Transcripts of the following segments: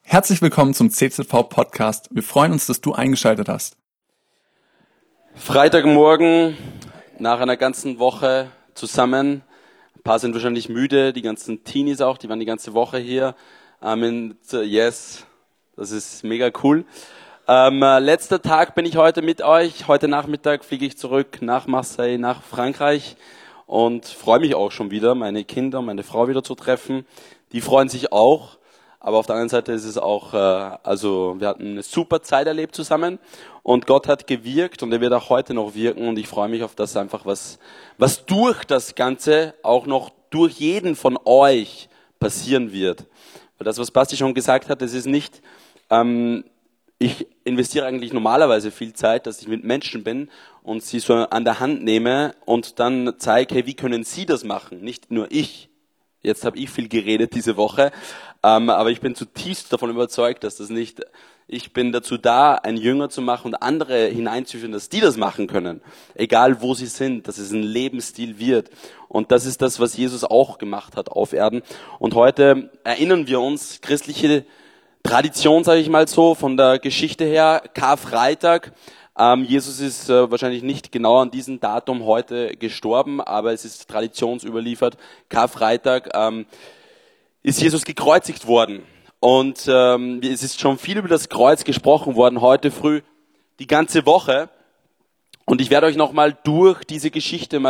Herzlich willkommen zum CZV Podcast. Wir freuen uns, dass du eingeschaltet hast. Freitagmorgen nach einer ganzen Woche zusammen. Ein paar sind wahrscheinlich müde, die ganzen Teenies auch, die waren die ganze Woche hier. Yes, das ist mega cool. Letzter Tag bin ich heute mit euch. Heute Nachmittag fliege ich zurück nach Marseille, nach Frankreich und freue mich auch schon wieder, meine Kinder, meine Frau wieder zu treffen. Die freuen sich auch. Aber auf der anderen Seite ist es auch, wir hatten eine super Zeit erlebt zusammen und Gott hat gewirkt und er wird auch heute noch wirken und ich freue mich auf das einfach, was durch das Ganze auch noch durch jeden von euch passieren wird. Weil das, was Basti schon gesagt hat, das ist nicht, ich investiere eigentlich normalerweise viel Zeit, dass ich mit Menschen bin und sie so an der Hand nehme und dann zeige, hey, wie können sie das machen, nicht nur ich. Jetzt habe ich viel geredet diese Woche, aber ich bin zutiefst davon überzeugt, dass das nicht, ich bin dazu da, ein Jünger zu machen und andere hineinzuführen, dass die das machen können, egal wo sie sind, dass es ein Lebensstil wird. Und das ist das, was Jesus auch gemacht hat auf Erden. Und heute erinnern wir uns, christliche Tradition, sage ich mal so, von der Geschichte her, Karfreitag. Jesus ist wahrscheinlich nicht genau an diesem Datum heute gestorben, aber es ist traditionsüberliefert. Karfreitag ist Jesus gekreuzigt worden. Und es ist schon viel über das Kreuz gesprochen worden heute früh, die ganze Woche. Und ich werde euch nochmal durch diese Geschichte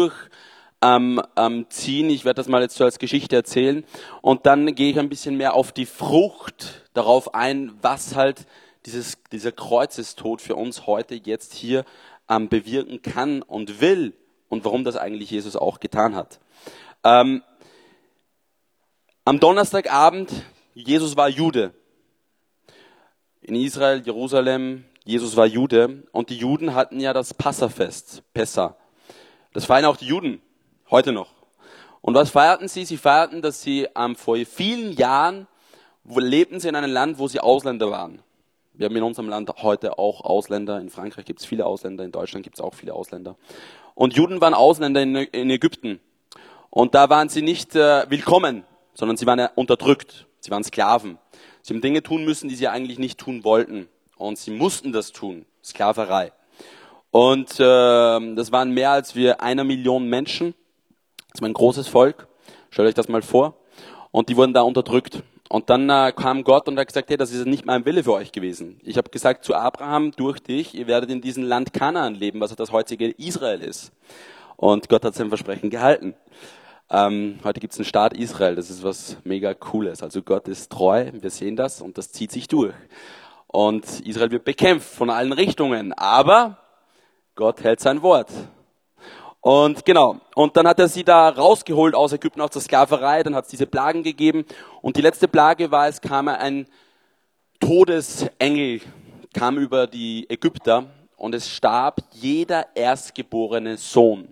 ziehen. Ich werde das mal jetzt so als Geschichte erzählen. Und dann gehe ich ein bisschen mehr auf die Frucht darauf ein, was halt dieser Kreuzestod für uns heute jetzt hier bewirken kann und will und warum das eigentlich Jesus auch getan hat. Am Donnerstagabend, Jesus war Jude. In Israel, Jerusalem, Jesus war Jude und die Juden hatten ja das Passafest, Pessa. Das feiern auch die Juden, heute noch. Und was feierten sie? Sie feierten, dass sie vor vielen Jahren lebten sie in einem Land, wo sie Ausländer waren. Wir haben in unserem Land heute auch Ausländer. In Frankreich gibt es viele Ausländer, in Deutschland gibt es auch viele Ausländer. Und Juden waren Ausländer in Ägypten. Und da waren sie nicht willkommen, sondern sie waren unterdrückt. Sie waren Sklaven. Sie haben Dinge tun müssen, die sie eigentlich nicht tun wollten. Und sie mussten das tun. Sklaverei. Und das waren mehr als 1 Million Menschen. Das war ein großes Volk. Stellt euch das mal vor. Und die wurden da unterdrückt. Und dann kam Gott und hat gesagt, hey, das ist nicht mein Wille für euch gewesen. Ich habe gesagt zu Abraham, durch dich, ihr werdet in diesem Land Kanaan leben, was das heutige Israel ist. Und Gott hat sein Versprechen gehalten. Heute gibt es einen Staat Israel, das ist was mega Cooles. Also Gott ist treu, wir sehen das und das zieht sich durch. Und Israel wird bekämpft von allen Richtungen, aber Gott hält sein Wort. Und genau, und dann hat er sie da rausgeholt aus Ägypten, aus der Sklaverei, dann hat es diese Plagen gegeben und die letzte Plage war, es kam ein Todesengel, kam über die Ägypter und es starb jeder erstgeborene Sohn.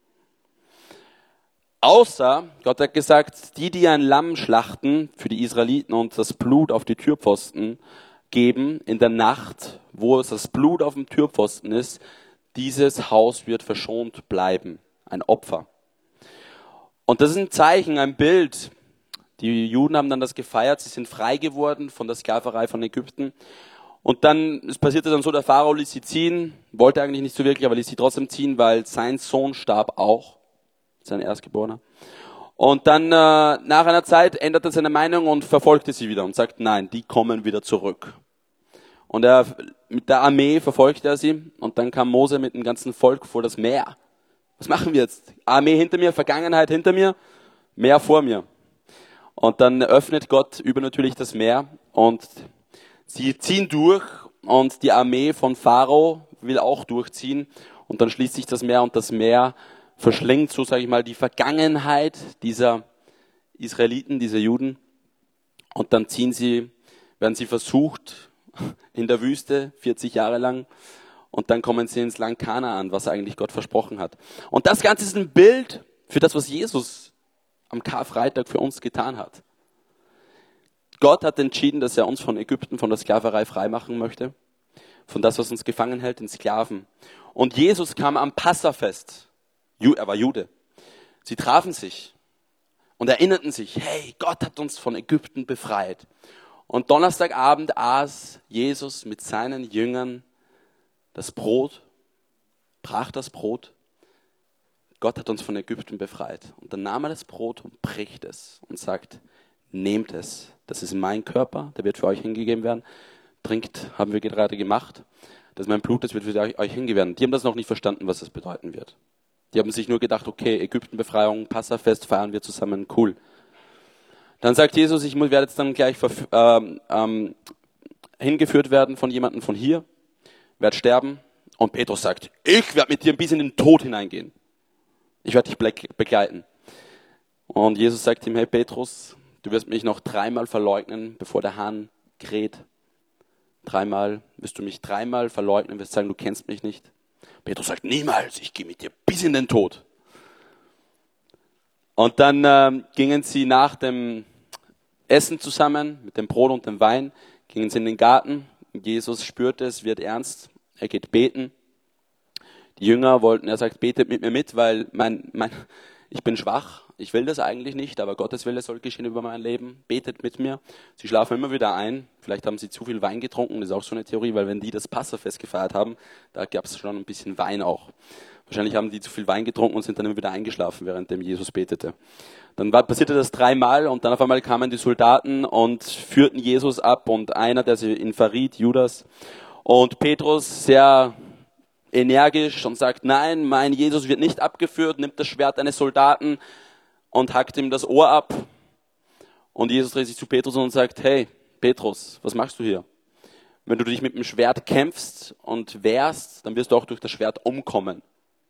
Außer, Gott hat gesagt, die ein Lamm schlachten für die Israeliten und das Blut auf die Türpfosten geben, in der Nacht, wo es das Blut auf dem Türpfosten ist, dieses Haus wird verschont bleiben, ein Opfer. Und das ist ein Zeichen, ein Bild. Die Juden haben dann das gefeiert, sie sind frei geworden von der Sklaverei von Ägypten. Und dann, es passierte dann so, der Pharao ließ sie ziehen, wollte eigentlich nicht so wirklich, aber ließ sie trotzdem ziehen, weil sein Sohn starb auch, sein Erstgeborener. Und dann nach einer Zeit änderte er seine Meinung und verfolgte sie wieder und sagt, nein, die kommen wieder zurück. Und mit der Armee verfolgte er sie und dann kam Mose mit dem ganzen Volk vor das Meer. Was machen wir jetzt? Armee hinter mir, Vergangenheit hinter mir, Meer vor mir. Und dann öffnet Gott übernatürlich das Meer und sie ziehen durch und die Armee von Pharao will auch durchziehen und dann schließt sich das Meer und das Meer verschlingt, so sage ich mal, die Vergangenheit dieser Israeliten, dieser Juden und dann werden sie versucht, in der Wüste, 40 Jahre lang. Und dann kommen sie ins Land Kanaan, was eigentlich Gott versprochen hat. Und das Ganze ist ein Bild für das, was Jesus am Karfreitag für uns getan hat. Gott hat entschieden, dass er uns von Ägypten, von der Sklaverei freimachen möchte. Von das, was uns gefangen hält, den Sklaven. Und Jesus kam am Passafest. Er war Jude. Sie trafen sich und erinnerten sich, hey, Gott hat uns von Ägypten befreit. Und Donnerstagabend aß Jesus mit seinen Jüngern das Brot, brach das Brot. Gott hat uns von Ägypten befreit. Und dann nahm er das Brot und bricht es und sagt, nehmt es. Das ist mein Körper, der wird für euch hingegeben werden. Trinkt, haben wir gerade gemacht. Das ist mein Blut, das wird für euch hingegeben werden. Die haben das noch nicht verstanden, was das bedeuten wird. Die haben sich nur gedacht, okay, Ägyptenbefreiung, Passafest, feiern wir zusammen, cool. Dann sagt Jesus, ich werde jetzt dann gleich hingeführt werden von jemandem von hier, werde sterben. Und Petrus sagt, ich werde mit dir bis in den Tod hineingehen. Ich werde dich begleiten. Und Jesus sagt ihm, hey Petrus, du wirst mich noch 3-mal verleugnen, bevor der Hahn kräht. 3-mal wirst du mich 3-mal verleugnen, wirst sagen, du kennst mich nicht. Petrus sagt, niemals, ich gehe mit dir bis in den Tod. Und dann gingen sie nach dem Essen zusammen, mit dem Brot und dem Wein, gingen sie in den Garten. Jesus spürte, es wird ernst, er geht beten. Die Jünger wollten, er sagt, betet mit mir mit, weil ich bin schwach, ich will das eigentlich nicht, aber Gottes Wille soll geschehen über mein Leben. Betet mit mir. Sie schlafen immer wieder ein. Vielleicht haben sie zu viel Wein getrunken, das ist auch so eine Theorie, weil wenn die das Passafest gefeiert haben, da gab es schon ein bisschen Wein auch. Wahrscheinlich haben die zu viel Wein getrunken und sind dann immer wieder eingeschlafen, während Jesus betete. Dann passierte das 3-mal und dann auf einmal kamen die Soldaten und führten Jesus ab und einer, der sie ihn verriet, Judas, und Petrus sehr energisch und sagt, nein, mein Jesus wird nicht abgeführt, nimmt das Schwert eines Soldaten und hackt ihm das Ohr ab. Und Jesus dreht sich zu Petrus und sagt, hey, Petrus, was machst du hier? Wenn du dich mit dem Schwert kämpfst und wehrst, dann wirst du auch durch das Schwert umkommen.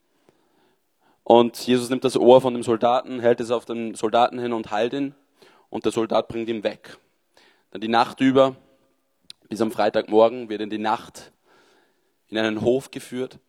Und Jesus nimmt das Ohr von dem Soldaten, hält es auf den Soldaten hin und heilt ihn. Und der Soldat bringt ihn weg. Dann die Nacht über, bis am Freitagmorgen, wird in die Nacht in einen Hof geführt.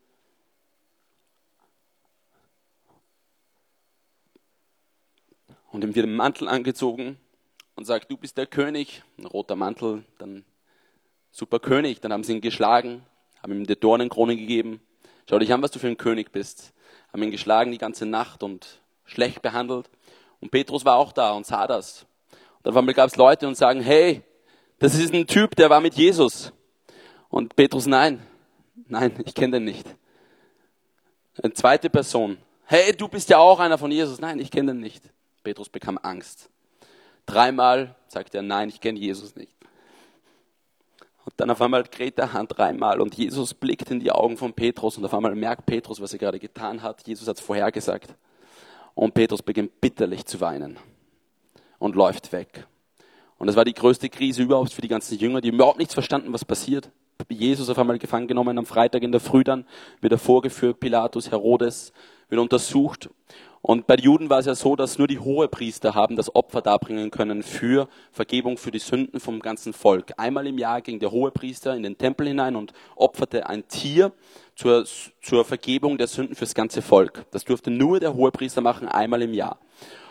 Und ihm wird ein Mantel angezogen und sagt, du bist der König. Ein roter Mantel, dann super König. Dann haben sie ihn geschlagen, haben ihm die Dornenkrone gegeben. Schau dich an, was du für ein König bist. Haben ihn geschlagen die ganze Nacht und schlecht behandelt. Und Petrus war auch da und sah das. Und auf einmal gab es Leute und sagen, hey, das ist ein Typ, der war mit Jesus. Und Petrus, nein, ich kenne den nicht. Eine zweite Person, hey, du bist ja auch einer von Jesus. Nein, ich kenne den nicht. Petrus bekam Angst. 3-mal sagt er, nein, ich kenne Jesus nicht. Und dann auf einmal kräht der Hahn 3-mal und Jesus blickt in die Augen von Petrus und auf einmal merkt Petrus, was er gerade getan hat. Jesus hat es vorhergesagt. Und Petrus beginnt bitterlich zu weinen und läuft weg. Und das war die größte Krise überhaupt für die ganzen Jünger, die überhaupt nichts verstanden, was passiert. Jesus auf einmal gefangen genommen, am Freitag in der Früh dann, wird er vorgeführt, Pilatus, Herodes, wird untersucht. Und bei den Juden war es ja so, dass nur die Hohepriester haben das Opfer darbringen können für Vergebung für die Sünden vom ganzen Volk. Einmal im Jahr ging der Hohepriester in den Tempel hinein und opferte ein Tier zur Vergebung der Sünden fürs ganze Volk. Das durfte nur der Hohepriester machen, einmal im Jahr.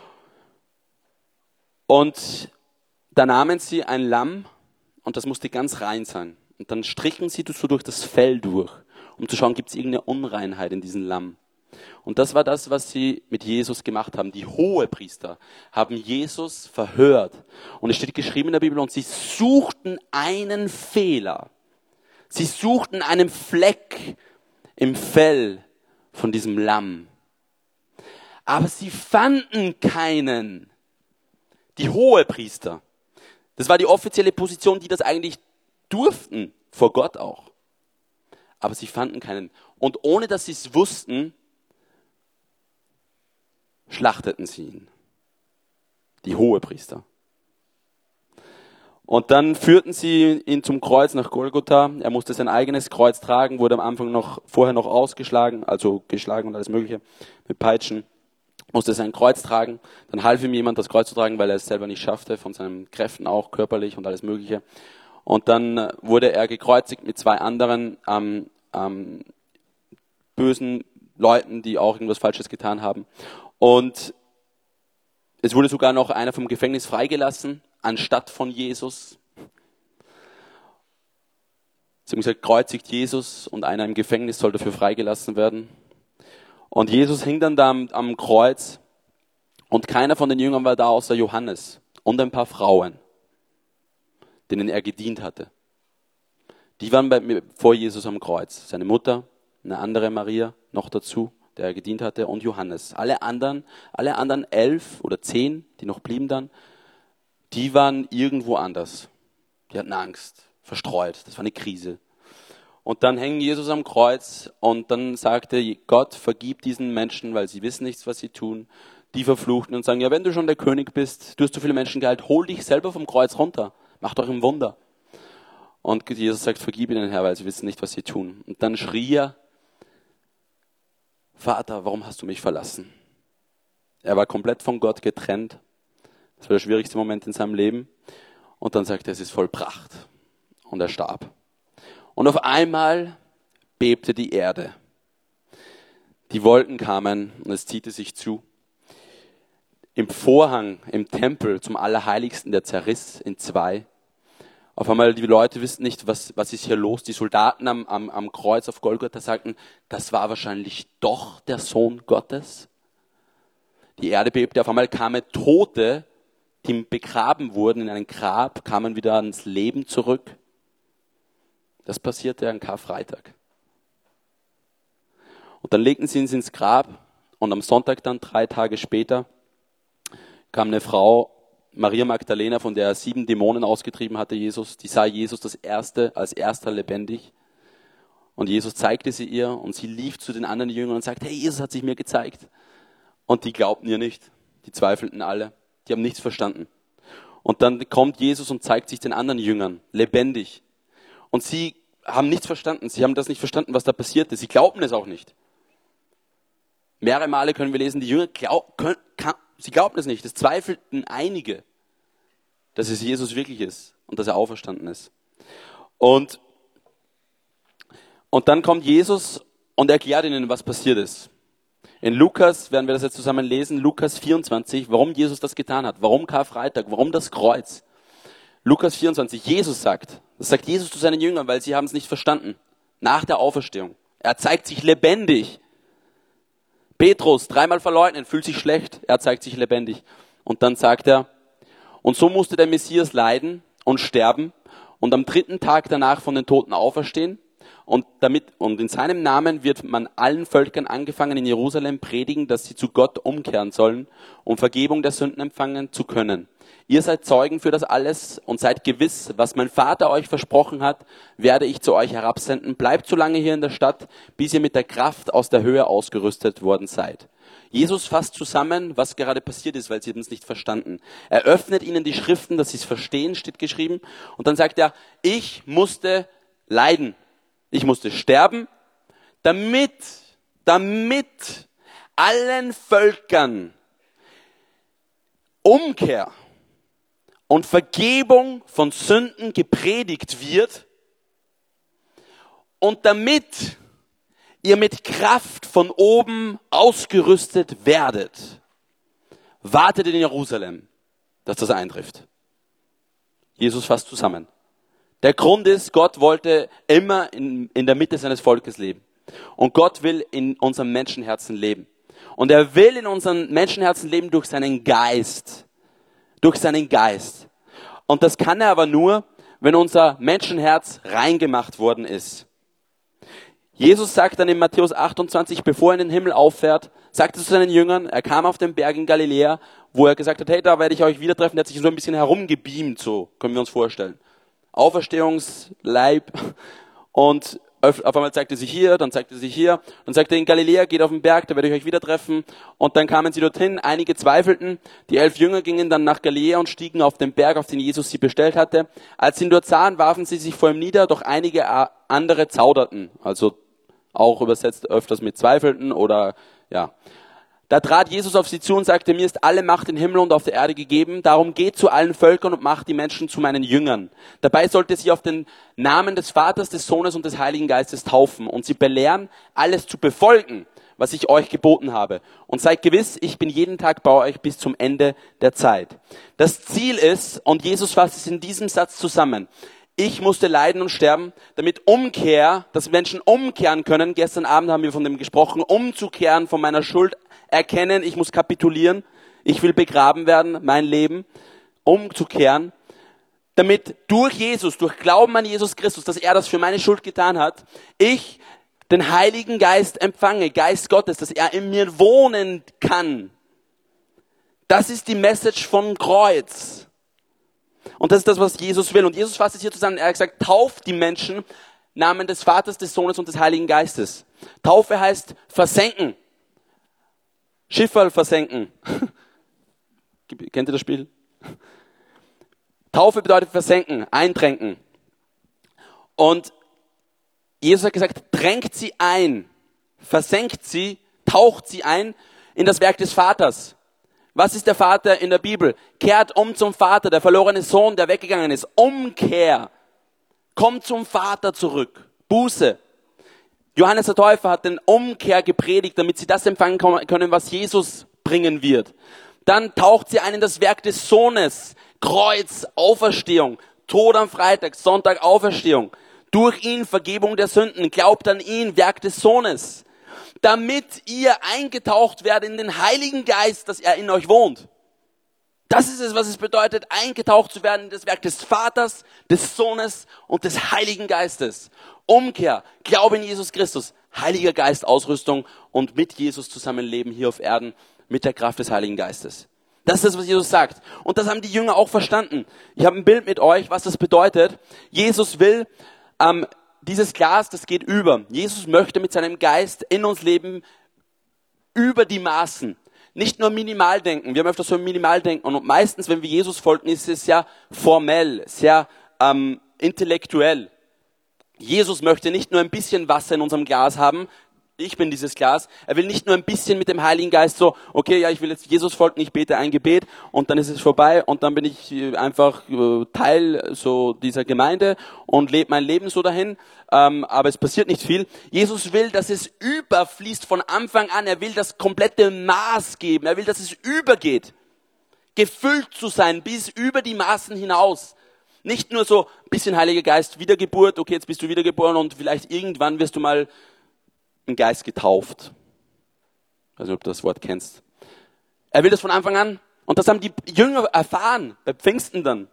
Und da nahmen sie ein Lamm und das musste ganz rein sein. Und dann strichen sie so durch das Fell durch, um zu schauen, gibt es irgendeine Unreinheit in diesem Lamm. Und das war das, was sie mit Jesus gemacht haben. Die Hohepriester haben Jesus verhört. Und es steht geschrieben in der Bibel, und sie suchten einen Fehler. Sie suchten einen Fleck im Fell von diesem Lamm. Aber sie fanden keinen. Die Hohepriester. Das war die offizielle Position, die das eigentlich durften, vor Gott auch. Aber sie fanden keinen. Und ohne dass sie es wussten, schlachteten sie ihn. Die Hohepriester. Und dann führten sie ihn zum Kreuz nach Golgotha. Er musste sein eigenes Kreuz tragen, wurde am Anfang vorher noch ausgeschlagen, also geschlagen und alles Mögliche, mit Peitschen. Musste sein Kreuz tragen. Dann half ihm jemand, das Kreuz zu tragen, weil er es selber nicht schaffte, von seinen Kräften auch, körperlich und alles Mögliche. Und dann wurde er gekreuzigt mit 2 anderen bösen Leuten, die auch irgendwas Falsches getan haben. Und es wurde sogar noch einer vom Gefängnis freigelassen, anstatt von Jesus. Sie haben gesagt, kreuzigt Jesus, und einer im Gefängnis soll dafür freigelassen werden. Und Jesus hing dann da am Kreuz und keiner von den Jüngern war da außer Johannes und ein paar Frauen. denen er gedient hatte. Die waren vor Jesus am Kreuz. Seine Mutter, eine andere Maria noch dazu, der er gedient hatte, und Johannes. Alle anderen 11 oder 10, die noch blieben dann, die waren irgendwo anders. Die hatten Angst, verstreut. Das war eine Krise. Und dann hängt Jesus am Kreuz und dann sagte Gott, vergib diesen Menschen, weil sie wissen nichts, was sie tun. Die verfluchten und sagen, ja, wenn du schon der König bist, du hast so viele Menschen geheilt, hol dich selber vom Kreuz runter. Mach doch ein Wunder. Und Jesus sagt, vergib ihnen, Herr, weil sie wissen nicht, was sie tun. Und dann schrie er, Vater, warum hast du mich verlassen? Er war komplett von Gott getrennt. Das war der schwierigste Moment in seinem Leben. Und dann sagt er, es ist vollbracht. Und er starb. Und auf einmal bebte die Erde. Die Wolken kamen und es ziehte sich zu. Im Vorhang, im Tempel zum Allerheiligsten, der zerriss in zwei. Auf einmal, die Leute wissen nicht, was ist hier los. Die Soldaten am Kreuz auf Golgatha sagten, das war wahrscheinlich doch der Sohn Gottes. Die Erde bebte, auf einmal kamen Tote, die begraben wurden in einem Grab, kamen wieder ans Leben zurück. Das passierte an Karfreitag. Und dann legten sie ihn ins Grab und am Sonntag dann, 3 Tage später, kam eine Frau, Maria Magdalena, von der er 7 Dämonen ausgetrieben hatte, Jesus. Die sah Jesus als erster lebendig. Und Jesus zeigte sie ihr und sie lief zu den anderen Jüngern und sagte, hey, Jesus hat sich mir gezeigt. Und die glaubten ihr nicht. Die zweifelten alle. Die haben nichts verstanden. Und dann kommt Jesus und zeigt sich den anderen Jüngern lebendig. Und sie haben nichts verstanden. Sie haben das nicht verstanden, was da passierte. Sie glaubten es auch nicht. Mehrere Male können wir lesen, die Jünger sie glaubten es nicht. Es zweifelten einige, dass es Jesus wirklich ist und dass er auferstanden ist. Und dann kommt Jesus und erklärt ihnen, was passiert ist. In Lukas werden wir das jetzt zusammen lesen, Lukas 24, warum Jesus das getan hat. Warum Karfreitag, warum das Kreuz. Lukas 24, das sagt Jesus zu seinen Jüngern, weil sie haben es nicht verstanden. Nach der Auferstehung. Er zeigt sich lebendig. Petrus, 3-mal verleugnen, fühlt sich schlecht. Er zeigt sich lebendig. Und dann sagt er, und so musste der Messias leiden und sterben und am 3. Tag danach von den Toten auferstehen. Und in seinem Namen wird man allen Völkern angefangen in Jerusalem predigen, dass sie zu Gott umkehren sollen, um Vergebung der Sünden empfangen zu können. Ihr seid Zeugen für das alles und seid gewiss, was mein Vater euch versprochen hat, werde ich zu euch herabsenden. Bleibt so lange hier in der Stadt, bis ihr mit der Kraft aus der Höhe ausgerüstet worden seid. Jesus fasst zusammen, was gerade passiert ist, weil sie haben es nicht verstanden. Er öffnet ihnen die Schriften, dass sie es verstehen, steht geschrieben. Und dann sagt er, ich musste leiden. Ich musste sterben, damit allen Völkern Umkehr und Vergebung von Sünden gepredigt wird und damit ihr mit Kraft von oben ausgerüstet werdet. Wartet in Jerusalem, dass das eintrifft. Jesus fasst zusammen. Der Grund ist, Gott wollte immer in der Mitte seines Volkes leben. Und Gott will in unserem Menschenherzen leben. Und er will in unserem Menschenherzen leben durch seinen Geist. Durch seinen Geist. Und das kann er aber nur, wenn unser Menschenherz reingemacht worden ist. Jesus sagt dann in Matthäus 28, bevor er in den Himmel auffährt, sagt er zu seinen Jüngern, er kam auf den Berg in Galiläa, wo er gesagt hat, hey, da werde ich euch wieder treffen. Er hat sich so ein bisschen herumgebeamt, so können wir uns vorstellen. Auferstehungsleib und auf einmal zeigte er sich hier, dann zeigte er sich hier, dann sagte er in Galiläa, geht auf den Berg, da werde ich euch wieder treffen. Und dann kamen sie dorthin, einige zweifelten, die 11 Jünger gingen dann nach Galiläa und stiegen auf den Berg, auf den Jesus sie bestellt hatte. Als sie ihn dort sahen, warfen sie sich vor ihm nieder, doch einige andere zauderten, also auch übersetzt öfters mit zweifelten oder ja. Da trat Jesus auf sie zu und sagte, mir ist alle Macht im Himmel und auf der Erde gegeben, darum geht zu allen Völkern und macht die Menschen zu meinen Jüngern. Dabei sollt ihr sie auf den Namen des Vaters, des Sohnes und des Heiligen Geistes taufen und sie belehren, alles zu befolgen, was ich euch geboten habe. Und seid gewiss, ich bin jeden Tag bei euch bis zum Ende der Zeit. Das Ziel ist, und Jesus fasst es in diesem Satz zusammen, ich musste leiden und sterben, damit dass Menschen umkehren können. Gestern Abend haben wir von dem gesprochen, umzukehren von meiner Schuld, erkennen, ich muss kapitulieren, ich will begraben werden, mein Leben, umzukehren, damit durch Jesus, durch Glauben an Jesus Christus, dass er das für meine Schuld getan hat, ich den Heiligen Geist empfange, Geist Gottes, dass er in mir wohnen kann. Das ist die Message vom Kreuz. Und das ist das, was Jesus will. Und Jesus fasst es hier zusammen. Er hat gesagt, tauft die Menschen im Namen des Vaters, des Sohnes und des Heiligen Geistes. Taufe heißt versenken. Schifferl versenken. Kennt ihr das Spiel? Taufe bedeutet versenken, eintränken. Und Jesus hat gesagt, drängt sie ein, versenkt sie, taucht sie ein in das Werk des Vaters. Was ist der Vater in der Bibel? Kehrt um zum Vater, der verlorene Sohn, der weggegangen ist. Umkehr. Kommt zum Vater zurück. Buße. Johannes der Täufer hat den Umkehr gepredigt, damit sie das empfangen können, was Jesus bringen wird. Dann taucht sie ein in das Werk des Sohnes. Kreuz, Auferstehung, Tod am Freitag, Sonntag, Auferstehung. Durch ihn Vergebung der Sünden. Glaubt an ihn, Werk des Sohnes. Damit ihr eingetaucht werdet in den Heiligen Geist, dass er in euch wohnt. Das ist es, was es bedeutet, eingetaucht zu werden in das Werk des Vaters, des Sohnes und des Heiligen Geistes. Umkehr, Glaube in Jesus Christus, Heiliger Geist, Ausrüstung und mit Jesus zusammenleben hier auf Erden mit der Kraft des Heiligen Geistes. Das ist das, was Jesus sagt. Und das haben die Jünger auch verstanden. Ich habe ein Bild mit euch, was das bedeutet. Jesus will dieses Glas, das geht über. Jesus möchte mit seinem Geist in uns leben über die Maßen. Nicht nur minimal denken. Wir haben öfter so minimal denken. Und meistens, wenn wir Jesus folgen, ist es sehr formell, sehr intellektuell. Jesus möchte nicht nur ein bisschen Wasser in unserem Glas haben. Ich bin dieses Glas. Er will nicht nur ein bisschen mit dem Heiligen Geist so, okay, ja, ich will jetzt Jesus folgen, ich bete ein Gebet und dann ist es vorbei und dann bin ich einfach Teil so dieser Gemeinde und lebe mein Leben so dahin, aber es passiert nicht viel. Jesus will, dass es überfließt von Anfang an. Er will das komplette Maß geben. Er will, dass es übergeht. Gefüllt zu sein bis über die Maßen hinaus. Nicht nur so ein bisschen Heiliger Geist, Wiedergeburt, okay, jetzt bist du wiedergeboren und vielleicht irgendwann wirst du mal im Geist getauft. Ich weiß nicht, ob du das Wort kennst. Er will das von Anfang an. Und das haben die Jünger erfahren, bei Pfingsten dann.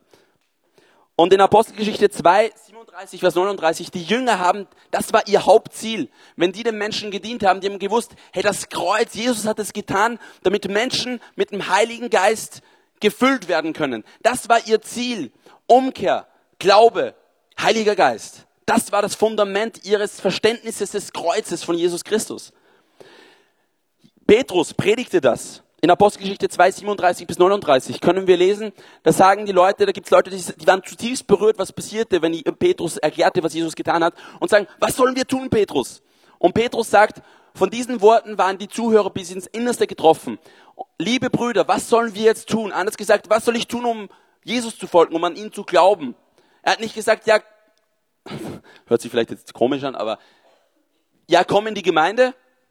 Und in Apostelgeschichte 2, 37, Vers 39, die Jünger haben, das war ihr Hauptziel. Wenn die den Menschen gedient haben, die haben gewusst, hey, das Kreuz, Jesus hat es getan, damit Menschen mit dem Heiligen Geist gefüllt werden können. Das war ihr Ziel. Umkehr, Glaube, Heiliger Geist. Das war das Fundament ihres Verständnisses des Kreuzes von Jesus Christus. Petrus predigte das. In Apostelgeschichte 2, 37 bis 39 können wir lesen, da sagen die Leute, da gibt es Leute, die waren zutiefst berührt, was passierte, wenn Petrus erklärte, was Jesus getan hat und sagen, was sollen wir tun, Petrus? Und Petrus sagt, von diesen Worten waren die Zuhörer bis ins Innerste getroffen. Liebe Brüder, was sollen wir jetzt tun? Anders gesagt, was soll ich tun, um Jesus zu folgen, um an ihn zu glauben? Er hat nicht gesagt, ja, hört sich vielleicht jetzt komisch an, aber ja, komm in die Gemeinde.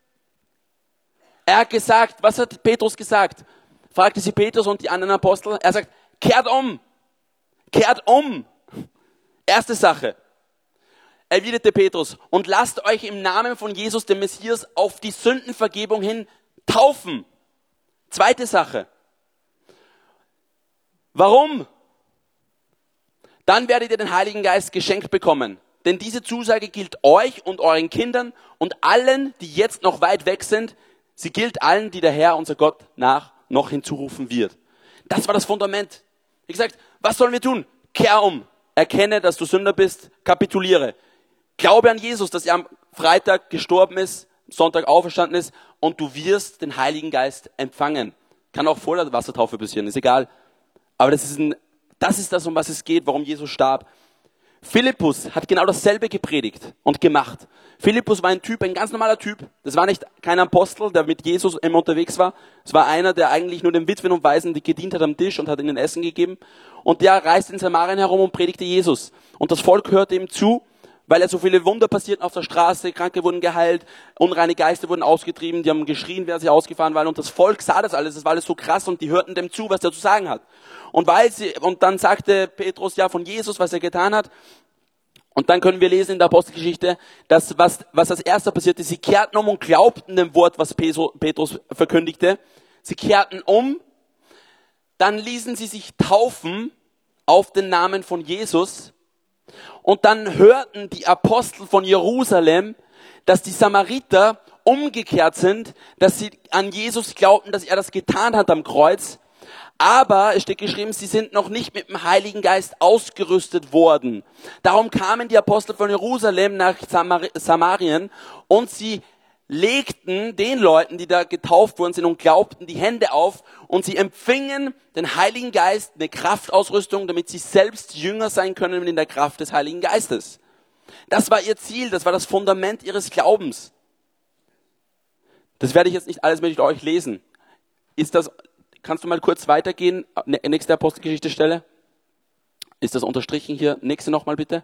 Er hat gesagt, was hat Petrus gesagt? Fragte sie Petrus und die anderen Apostel. Er sagt, kehrt um. Kehrt um. Erste Sache. Erwiderte Petrus, und lasst euch im Namen von Jesus, dem Messias, auf die Sündenvergebung hin taufen. Zweite Sache. Warum? Dann werdet ihr den Heiligen Geist geschenkt bekommen. Denn diese Zusage gilt euch und euren Kindern und allen, die jetzt noch weit weg sind. Sie gilt allen, die der Herr, unser Gott, nach noch hinzurufen wird. Das war das Fundament. Wie gesagt, was sollen wir tun? Kehr um. Erkenne, dass du Sünder bist. Kapituliere. Glaube an Jesus, dass er am Freitag gestorben ist, Sonntag auferstanden ist und du wirst den Heiligen Geist empfangen. Kann auch vor der Wassertaufe passieren, ist egal. Aber das ist das, um was es geht, warum Jesus starb. Philippus hat genau dasselbe gepredigt und gemacht. Philippus war ein ganz normaler Typ. Das war kein Apostel, der mit Jesus immer unterwegs war. Es war einer, der eigentlich nur den Witwen und Waisen gedient hat am Tisch und hat ihnen Essen gegeben. Und der reiste in Samarien herum und predigte Jesus. Und das Volk hörte ihm zu, weil so viele Wunder passierten auf der Straße. Kranke wurden geheilt, unreine Geister wurden ausgetrieben, die haben geschrien, wer sie ausgefahren war. Und das Volk sah das alles, das war alles so krass und die hörten dem zu, was er zu sagen hat. Und dann sagte Petrus ja von Jesus, was er getan hat. Und dann können wir lesen in der Apostelgeschichte, dass was als erster passierte, sie kehrten um und glaubten dem Wort, was Petrus verkündigte. Sie kehrten um, dann ließen sie sich taufen auf den Namen von Jesus. Und dann hörten die Apostel von Jerusalem, dass die Samariter umgekehrt sind, dass sie an Jesus glaubten, dass er das getan hat am Kreuz. Aber, es steht geschrieben, sie sind noch nicht mit dem Heiligen Geist ausgerüstet worden. Darum kamen die Apostel von Jerusalem nach Samarien und sie legten den Leuten, die da getauft worden sind und glaubten, die Hände auf und sie empfingen den Heiligen Geist, eine Kraftausrüstung, damit sie selbst Jünger sein können in der Kraft des Heiligen Geistes. Das war ihr Ziel, das war das Fundament ihres Glaubens. Das werde ich jetzt nicht alles mit euch lesen. Kannst du mal kurz weitergehen? Nächste Apostelgeschichte-Stelle. Ist das unterstrichen hier? Nächste nochmal bitte.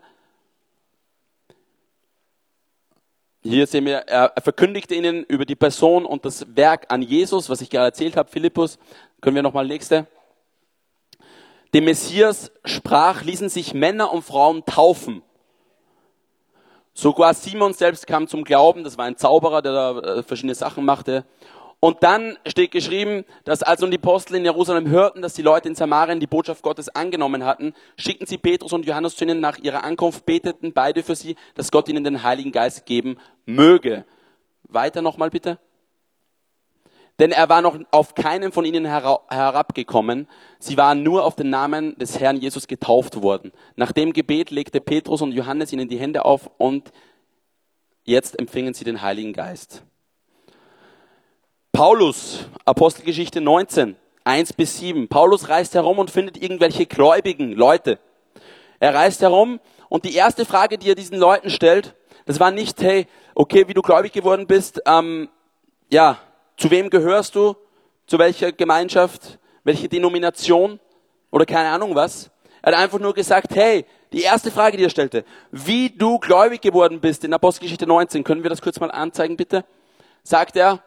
Hier sehen wir, er verkündigte ihnen über die Person und das Werk an Jesus, was ich gerade erzählt habe, Philippus. Können wir nochmal nächste. Dem Messias sprach, ließen sich Männer und Frauen taufen. Sogar Simon selbst kam zum Glauben, das war ein Zauberer, der da verschiedene Sachen machte. Und dann steht geschrieben, dass als nun die Apostel in Jerusalem hörten, dass die Leute in Samarien die Botschaft Gottes angenommen hatten, schickten sie Petrus und Johannes zu ihnen. Nach ihrer Ankunft beteten beide für sie, dass Gott ihnen den Heiligen Geist geben möge. Weiter nochmal bitte. Denn er war noch auf keinen von ihnen herabgekommen. Sie waren nur auf den Namen des Herrn Jesus getauft worden. Nach dem Gebet legte Petrus und Johannes ihnen die Hände auf und jetzt empfingen sie den Heiligen Geist. Paulus, Apostelgeschichte 19, 1-7. Paulus reist herum und findet irgendwelche gläubigen Leute. Er reist herum und die erste Frage, die er diesen Leuten stellt, das war nicht, hey, okay, wie du gläubig geworden bist, zu wem gehörst du, zu welcher Gemeinschaft, welche Denomination oder keine Ahnung was. Er hat einfach nur gesagt, hey, die erste Frage, die er stellte, wie du gläubig geworden bist in Apostelgeschichte 19, können wir das kurz mal anzeigen, bitte? Sagt er,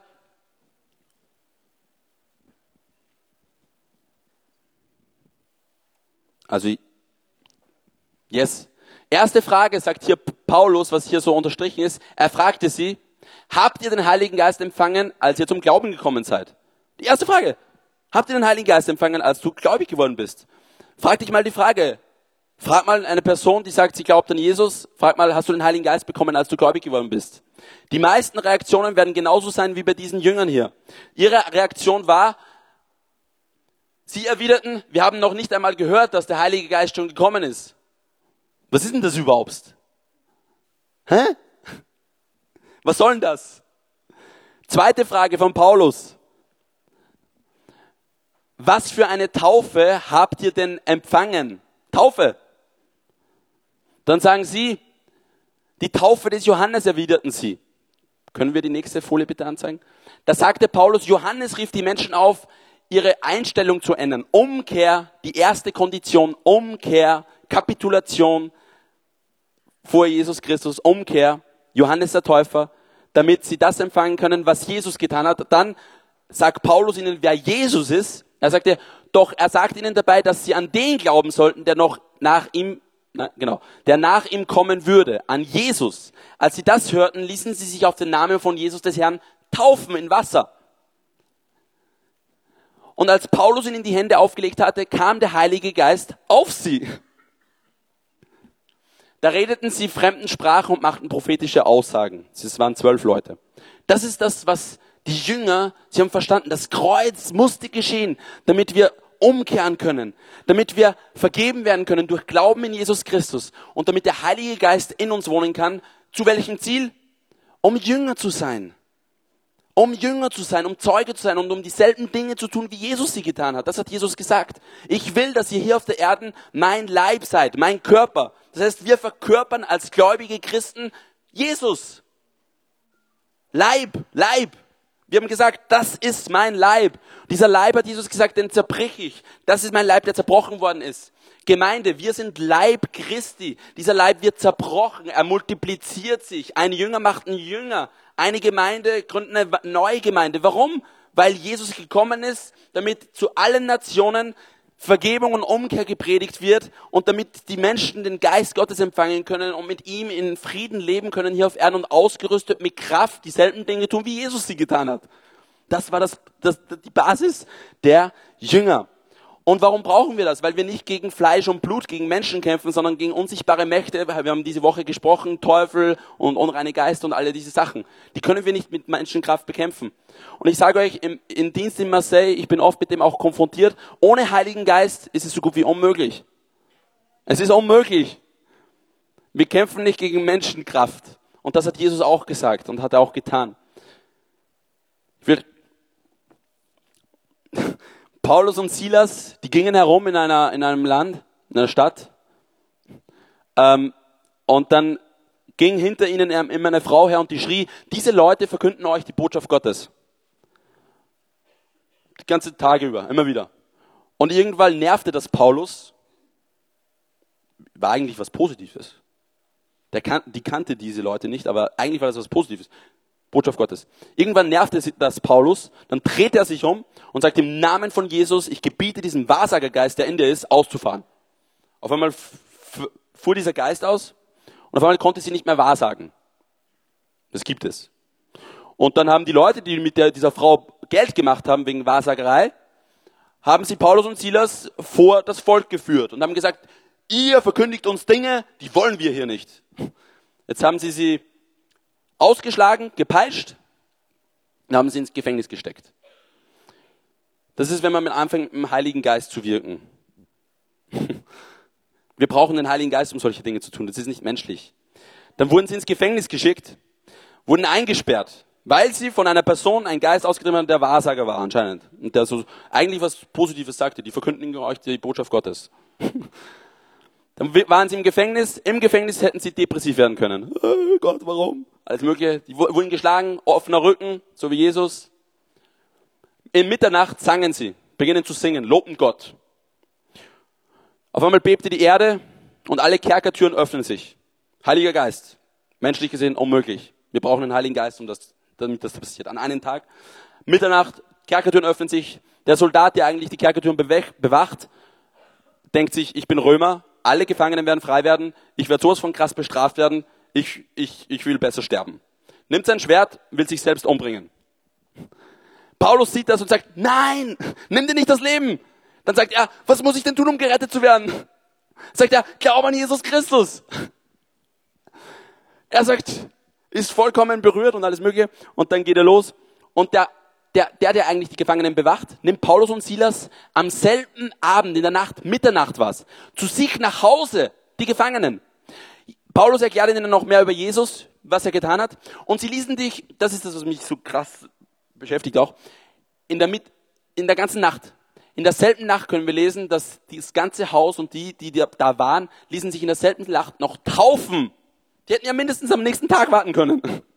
Erste Frage, sagt hier Paulus, was hier so unterstrichen ist. Er fragte sie, habt ihr den Heiligen Geist empfangen, als ihr zum Glauben gekommen seid? Die erste Frage. Habt ihr den Heiligen Geist empfangen, als du gläubig geworden bist? Frag dich mal die Frage. Frag mal eine Person, die sagt, sie glaubt an Jesus. Frag mal, hast du den Heiligen Geist bekommen, als du gläubig geworden bist? Die meisten Reaktionen werden genauso sein wie bei diesen Jüngern hier. Ihre Reaktion war, sie erwiderten, wir haben noch nicht einmal gehört, dass der Heilige Geist schon gekommen ist. Was ist denn das überhaupt? Was soll denn das? Zweite Frage von Paulus. Was für eine Taufe habt ihr denn empfangen? Taufe. Dann sagen sie, die Taufe des Johannes, erwiderten sie. Können wir die nächste Folie bitte anzeigen? Da sagte Paulus, Johannes rief die Menschen auf, ihre Einstellung zu ändern. Umkehr, die erste Kondition, Umkehr, Kapitulation vor Jesus Christus, Umkehr, Johannes der Täufer, damit sie das empfangen können, was Jesus getan hat. Dann sagt Paulus ihnen, wer Jesus ist. Er sagt ihnen dabei, dass sie an den glauben sollten, der nach ihm kommen würde, an Jesus. Als sie das hörten, ließen sie sich auf den Namen von Jesus des Herrn taufen in Wasser. Und als Paulus ihnen die Hände aufgelegt hatte, kam der Heilige Geist auf sie. Da redeten sie fremden Sprachen und machten prophetische Aussagen. Es waren 12 Leute. Das ist das, was die Jünger, sie haben verstanden, das Kreuz musste geschehen, damit wir umkehren können, damit wir vergeben werden können durch Glauben in Jesus Christus und damit der Heilige Geist in uns wohnen kann. Zu welchem Ziel? Um Jünger zu sein. Um Jünger zu sein, um Zeuge zu sein und um dieselben Dinge zu tun, wie Jesus sie getan hat. Das hat Jesus gesagt. Ich will, dass ihr hier auf der Erde mein Leib seid, mein Körper. Das heißt, wir verkörpern als gläubige Christen Jesus. Leib. Wir haben gesagt, das ist mein Leib. Dieser Leib, hat Jesus gesagt, den zerbrich ich. Das ist mein Leib, der zerbrochen worden ist. Gemeinde, wir sind Leib Christi. Dieser Leib wird zerbrochen, er multipliziert sich. Ein Jünger macht einen Jünger. Eine Gemeinde gründet eine neue Gemeinde. Warum? Weil Jesus gekommen ist, damit zu allen Nationen Vergebung und Umkehr gepredigt wird und damit die Menschen den Geist Gottes empfangen können und mit ihm in Frieden leben können hier auf Erden und ausgerüstet mit Kraft dieselben Dinge tun, wie Jesus sie getan hat. Das war die Basis der Jünger. Und warum brauchen wir das? Weil wir nicht gegen Fleisch und Blut, gegen Menschen kämpfen, sondern gegen unsichtbare Mächte. Wir haben diese Woche gesprochen, Teufel und unreine Geister und alle diese Sachen. Die können wir nicht mit Menschenkraft bekämpfen. Und ich sage euch, im Dienst in Marseille, ich bin oft mit dem auch konfrontiert, ohne Heiligen Geist ist es so gut wie unmöglich. Es ist unmöglich. Wir kämpfen nicht gegen Menschenkraft. Und das hat Jesus auch gesagt und hat er auch getan. Paulus und Silas, die gingen herum in einem Land, in einer Stadt. Und dann ging hinter ihnen immer eine Frau her und die schrie, diese Leute verkünden euch die Botschaft Gottes. Die ganze Tage über, immer wieder. Und irgendwann nervte das Paulus. War eigentlich was Positives. Die kannte diese Leute nicht, aber eigentlich war das was Positives. Botschaft Gottes. Irgendwann nervte das Paulus, dann drehte er sich um und sagte, im Namen von Jesus, ich gebiete diesem Wahrsagergeist, der in dir ist, auszufahren. Auf einmal fuhr dieser Geist aus und auf einmal konnte sie nicht mehr wahrsagen. Das gibt es. Und dann haben die Leute, die mit dieser Frau Geld gemacht haben wegen Wahrsagerei, haben sie Paulus und Silas vor das Volk geführt und haben gesagt, ihr verkündigt uns Dinge, die wollen wir hier nicht. Jetzt haben sie ausgeschlagen, gepeitscht und haben sie ins Gefängnis gesteckt. Das ist, wenn man anfängt, mit dem Heiligen Geist zu wirken. Wir brauchen den Heiligen Geist, um solche Dinge zu tun. Das ist nicht menschlich. Dann wurden sie ins Gefängnis geschickt, wurden eingesperrt, weil sie von einer Person einen Geist ausgetrieben haben, der Wahrsager war anscheinend. Und der so eigentlich was Positives sagte. Die verkünden euch die Botschaft Gottes. Dann waren sie im Gefängnis. Im Gefängnis hätten sie depressiv werden können. Oh Gott, warum? Alles Mögliche. Die wurden geschlagen, offener Rücken, so wie Jesus. In Mitternacht sangen sie, beginnen zu singen, lobten Gott. Auf einmal bebte die Erde und alle Kerkertüren öffnen sich. Heiliger Geist. Menschlich gesehen unmöglich. Wir brauchen einen Heiligen Geist, damit das passiert. An einem Tag, Mitternacht, Kerkertüren öffnen sich. Der Soldat, der eigentlich die Kerkertüren bewacht, denkt sich, ich bin Römer, alle Gefangenen werden frei werden, ich werde sowas von krass bestraft werden, ich will besser sterben. Nimmt sein Schwert, will sich selbst umbringen. Paulus sieht das und sagt, nein, nimm dir nicht das Leben. Dann sagt er, was muss ich denn tun, um gerettet zu werden? Sagt er, glaub an Jesus Christus. Er sagt, ist vollkommen berührt und alles Mögliche. Und dann geht er los. Und der eigentlich die Gefangenen bewacht, nimmt Paulus und Silas am selben Abend, in der Nacht, Mitternacht war's, zu sich nach Hause, die Gefangenen. Paulus erklärt ihnen noch mehr über Jesus, was er getan hat. Und sie ließen dich, das ist das, was mich so krass beschäftigt auch, in der ganzen Nacht. In derselben Nacht können wir lesen, dass das ganze Haus und die da waren, ließen sich in derselben Nacht noch taufen. Die hätten ja mindestens am nächsten Tag warten können.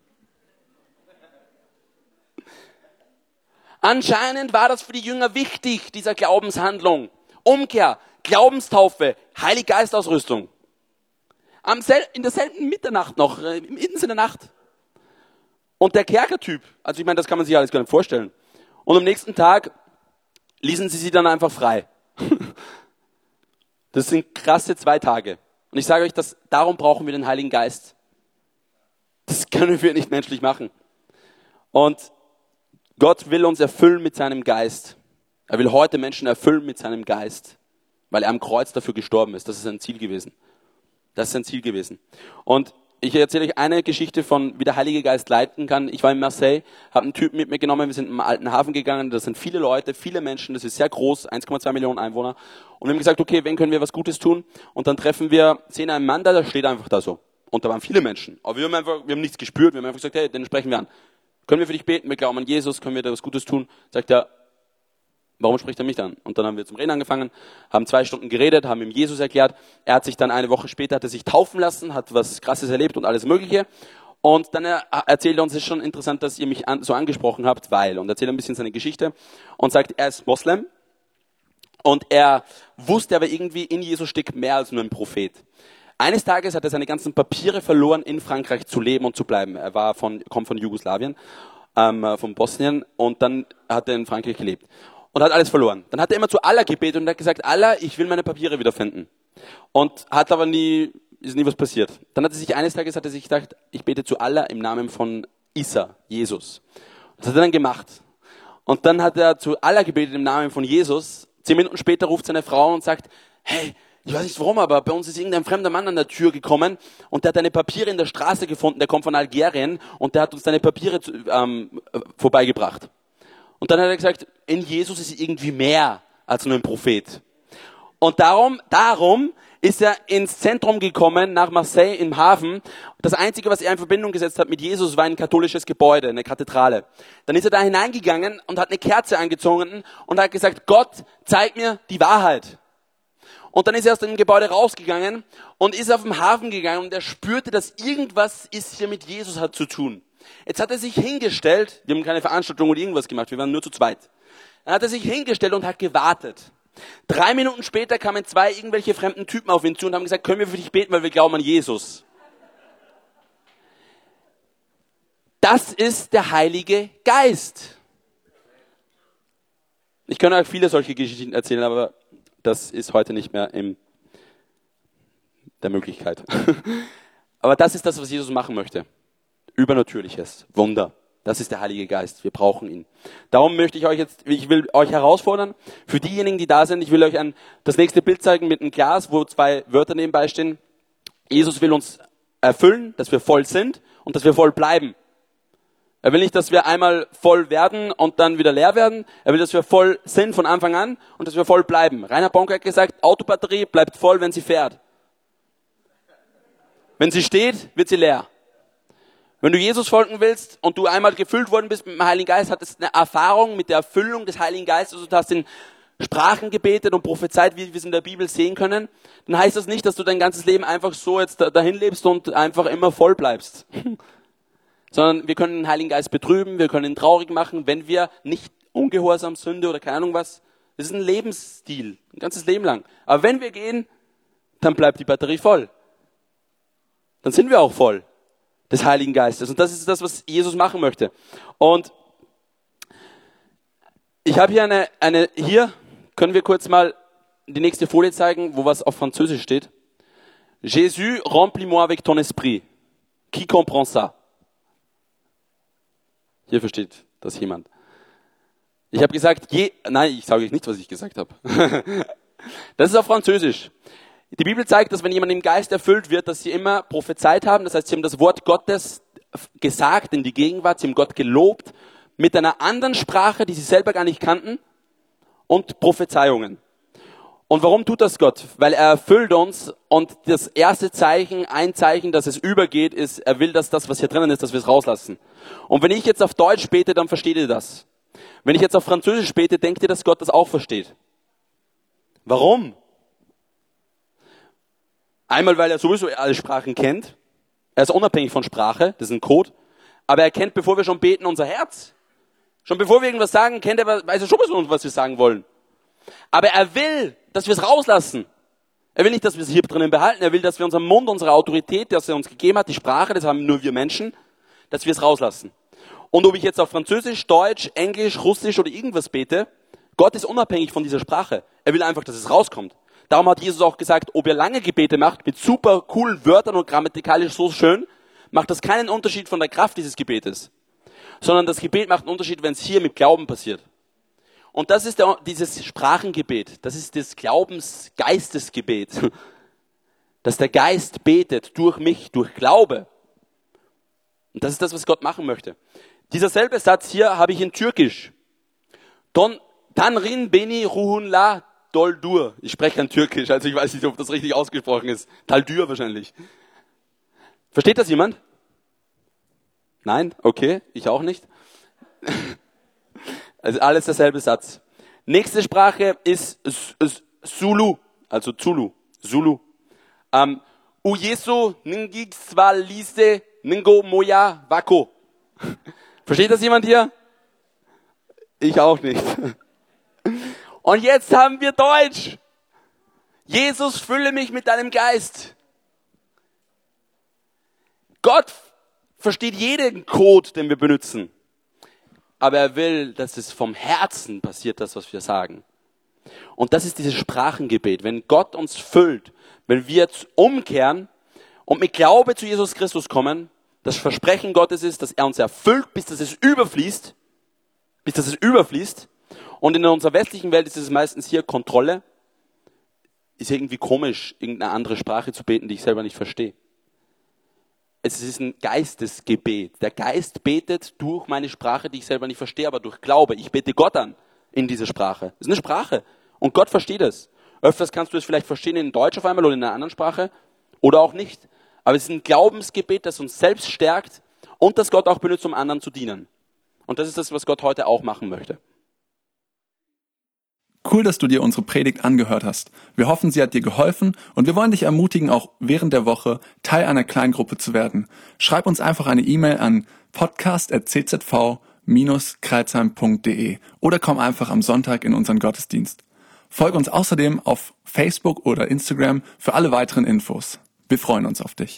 Anscheinend war das für die Jünger wichtig, dieser Glaubenshandlung. Umkehr, Glaubenstaufe, Heilig-Geist-Ausrüstung. In derselben Mitternacht noch, mitten in der Nacht. Und der Kerkertyp, also ich meine, das kann man sich alles gar nicht vorstellen. Und am nächsten Tag ließen sie dann einfach frei. Das sind krasse 2 Tage. Und ich sage euch, darum brauchen wir den Heiligen Geist. Das können wir nicht menschlich machen. Und Gott will uns erfüllen mit seinem Geist. Er will heute Menschen erfüllen mit seinem Geist, weil er am Kreuz dafür gestorben ist. Das ist sein Ziel gewesen. Das ist sein Ziel gewesen. Und ich erzähle euch eine Geschichte von, wie der Heilige Geist leiten kann. Ich war in Marseille, habe einen Typen mit mir genommen, wir sind im alten Hafen gegangen, das sind viele Leute, viele Menschen, das ist sehr groß, 1,2 Millionen Einwohner. Und wir haben gesagt, okay, wen können wir was Gutes tun? Und dann sehen einen Mann da, der steht einfach da so. Und da waren viele Menschen. Aber wir haben nichts gespürt, wir haben einfach gesagt, hey, den sprechen wir an. Können wir für dich beten? Wir glauben an Jesus, können wir da was Gutes tun? Sagt er, warum spricht er mich an? Und dann haben wir zum Reden angefangen, haben 2 Stunden geredet, haben ihm Jesus erklärt. Er hat sich dann eine Woche später, hat er sich taufen lassen, hat was Krasses erlebt und alles Mögliche. Und dann erzählt er uns, es ist schon interessant, dass ihr mich so angesprochen habt, und erzählt ein bisschen seine Geschichte und sagt, er ist Moslem und er wusste aber irgendwie, in Jesus steckt mehr als nur ein Prophet. Eines Tages hat er seine ganzen Papiere verloren, in Frankreich zu leben und zu bleiben. Er kommt von Jugoslawien, von Bosnien, und dann hat er in Frankreich gelebt und hat alles verloren. Dann hat er immer zu Allah gebetet und hat gesagt, Allah, ich will meine Papiere wiederfinden. Und hat aber ist nie was passiert. Dann eines Tages gedacht, ich bete zu Allah im Namen von Isa, Jesus. Das hat er dann gemacht. Und dann hat er zu Allah gebetet im Namen von Jesus, 10 Minuten später ruft seine Frau und sagt, hey, ich weiß nicht warum, aber bei uns ist irgendein fremder Mann an der Tür gekommen und der hat deine Papiere in der Straße gefunden, der kommt von Algerien und der hat uns deine Papiere vorbeigebracht. Und dann hat er gesagt, in Jesus ist irgendwie mehr als nur ein Prophet. Und darum ist er ins Zentrum gekommen, nach Marseille im Hafen. Das Einzige, was er in Verbindung gesetzt hat mit Jesus, war ein katholisches Gebäude, eine Kathedrale. Dann ist er da hineingegangen und hat eine Kerze angezündet und hat gesagt, Gott, zeig mir die Wahrheit. Und dann ist er aus dem Gebäude rausgegangen und ist auf den Hafen gegangen und er spürte, dass irgendwas ist hier mit Jesus hat zu tun. Jetzt hat er sich hingestellt, wir haben keine Veranstaltung oder irgendwas gemacht, wir waren nur zu zweit. Dann hat er sich hingestellt und hat gewartet. 3 Minuten später kamen 2 irgendwelche fremden Typen auf ihn zu und haben gesagt, können wir für dich beten, weil wir glauben an Jesus. Das ist der Heilige Geist. Ich könnte euch viele solche Geschichten erzählen, aber das ist heute nicht mehr in der Möglichkeit. Aber das ist das, was Jesus machen möchte. Übernatürliches, Wunder. Das ist der Heilige Geist. Wir brauchen ihn. Darum möchte ich will euch herausfordern, für diejenigen, die da sind, ich will euch das nächste Bild zeigen mit einem Glas, wo 2 Wörter nebenbei stehen. Jesus will uns erfüllen, dass wir voll sind und dass wir voll bleiben. Er will nicht, dass wir einmal voll werden und dann wieder leer werden. Er will, dass wir voll sind von Anfang an und dass wir voll bleiben. Rainer Bonk hat gesagt, Autobatterie bleibt voll, wenn sie fährt. Wenn sie steht, wird sie leer. Wenn du Jesus folgen willst und du einmal gefüllt worden bist mit dem Heiligen Geist, hattest eine Erfahrung mit der Erfüllung des Heiligen Geistes und du hast in Sprachen gebetet und prophezeit, wie wir es in der Bibel sehen können, dann heißt das nicht, dass du dein ganzes Leben einfach so jetzt dahin lebst und einfach immer voll bleibst. Sondern wir können den Heiligen Geist betrüben, wir können ihn traurig machen, wenn wir nicht ungehorsam, Sünde oder keine Ahnung was. Das ist ein Lebensstil, ein ganzes Leben lang. Aber wenn wir gehen, dann bleibt die Batterie voll. Dann sind wir auch voll des Heiligen Geistes. Und das ist das, was Jesus machen möchte. Und ich habe hier hier können wir kurz mal die nächste Folie zeigen, wo was auf Französisch steht. Jésus, remplis-moi avec ton esprit. Qui comprend ça? Hier versteht das jemand. Ich habe gesagt, nein, ich sage euch nicht, was ich gesagt habe. Das ist auf Französisch. Die Bibel zeigt, dass wenn jemand im Geist erfüllt wird, dass sie immer prophezeit haben. Das heißt, sie haben das Wort Gottes gesagt in die Gegenwart, sie haben Gott gelobt mit einer anderen Sprache, die sie selber gar nicht kannten und Prophezeiungen. Und warum tut das Gott? Weil er erfüllt uns und das erste Zeichen, ein Zeichen, dass es übergeht, ist, er will, dass das, was hier drinnen ist, dass wir es rauslassen. Und wenn ich jetzt auf Deutsch bete, dann versteht ihr das. Wenn ich jetzt auf Französisch bete, denkt ihr, dass Gott das auch versteht. Warum? Einmal, weil er sowieso alle Sprachen kennt. Er ist unabhängig von Sprache, das ist ein Code. Aber er kennt, bevor wir schon beten, unser Herz. Schon bevor wir irgendwas sagen, weiß er schon, was wir sagen wollen. Aber er will, dass wir es rauslassen. Er will nicht, dass wir es hier drinnen behalten. Er will, dass wir unseren Mund, unsere Autorität, die er uns gegeben hat, die Sprache, das haben nur wir Menschen, dass wir es rauslassen. Und ob ich jetzt auf Französisch, Deutsch, Englisch, Russisch oder irgendwas bete, Gott ist unabhängig von dieser Sprache. Er will einfach, dass es rauskommt. Darum hat Jesus auch gesagt, ob ihr lange Gebete macht, mit super coolen Wörtern und grammatikalisch so schön, macht das keinen Unterschied von der Kraft dieses Gebetes. Sondern das Gebet macht einen Unterschied, wenn es hier mit Glauben passiert. Und das ist dieses Sprachengebet, das ist das Glaubensgeistesgebet, dass der Geist betet durch mich, durch Glaube. Und das ist das, was Gott machen möchte. Dieser selbe Satz hier habe ich in Türkisch. Tanrin beni ruhunla doldur. Ich spreche kein Türkisch, also ich weiß nicht, ob das richtig ausgesprochen ist. Taldur wahrscheinlich. Versteht das jemand? Nein? Okay, ich auch nicht. Also alles derselbe Satz. Nächste Sprache ist Zulu, also Zulu. Zulu. Uyesu Ningixwalise Ningo Moya Wako. Versteht das jemand hier? Ich auch nicht. Und jetzt haben wir Deutsch. Jesus, fülle mich mit deinem Geist. Gott versteht jeden Code, den wir benutzen. Aber er will, dass es vom Herzen passiert, das, was wir sagen. Und das ist dieses Sprachengebet. Wenn Gott uns füllt, wenn wir jetzt umkehren und mit Glaube zu Jesus Christus kommen, das Versprechen Gottes ist, dass er uns erfüllt, bis dass es überfließt. Und in unserer westlichen Welt ist es meistens hier Kontrolle. Ist irgendwie komisch, irgendeine andere Sprache zu beten, die ich selber nicht verstehe. Es ist ein Geistesgebet. Der Geist betet durch meine Sprache, die ich selber nicht verstehe, aber durch Glaube. Ich bete Gott an in dieser Sprache. Es ist eine Sprache. Und Gott versteht es. Öfters kannst du es vielleicht verstehen in Deutsch auf einmal oder in einer anderen Sprache oder auch nicht. Aber es ist ein Glaubensgebet, das uns selbst stärkt und das Gott auch benutzt, um anderen zu dienen. Und das ist das, was Gott heute auch machen möchte. Cool, dass du dir unsere Predigt angehört hast. Wir hoffen, sie hat dir geholfen und wir wollen dich ermutigen, auch während der Woche Teil einer Kleingruppe zu werden. Schreib uns einfach eine E-Mail an podcast@czv-kreilsheim.de oder komm einfach am Sonntag in unseren Gottesdienst. Folge uns außerdem auf Facebook oder Instagram für alle weiteren Infos. Wir freuen uns auf dich.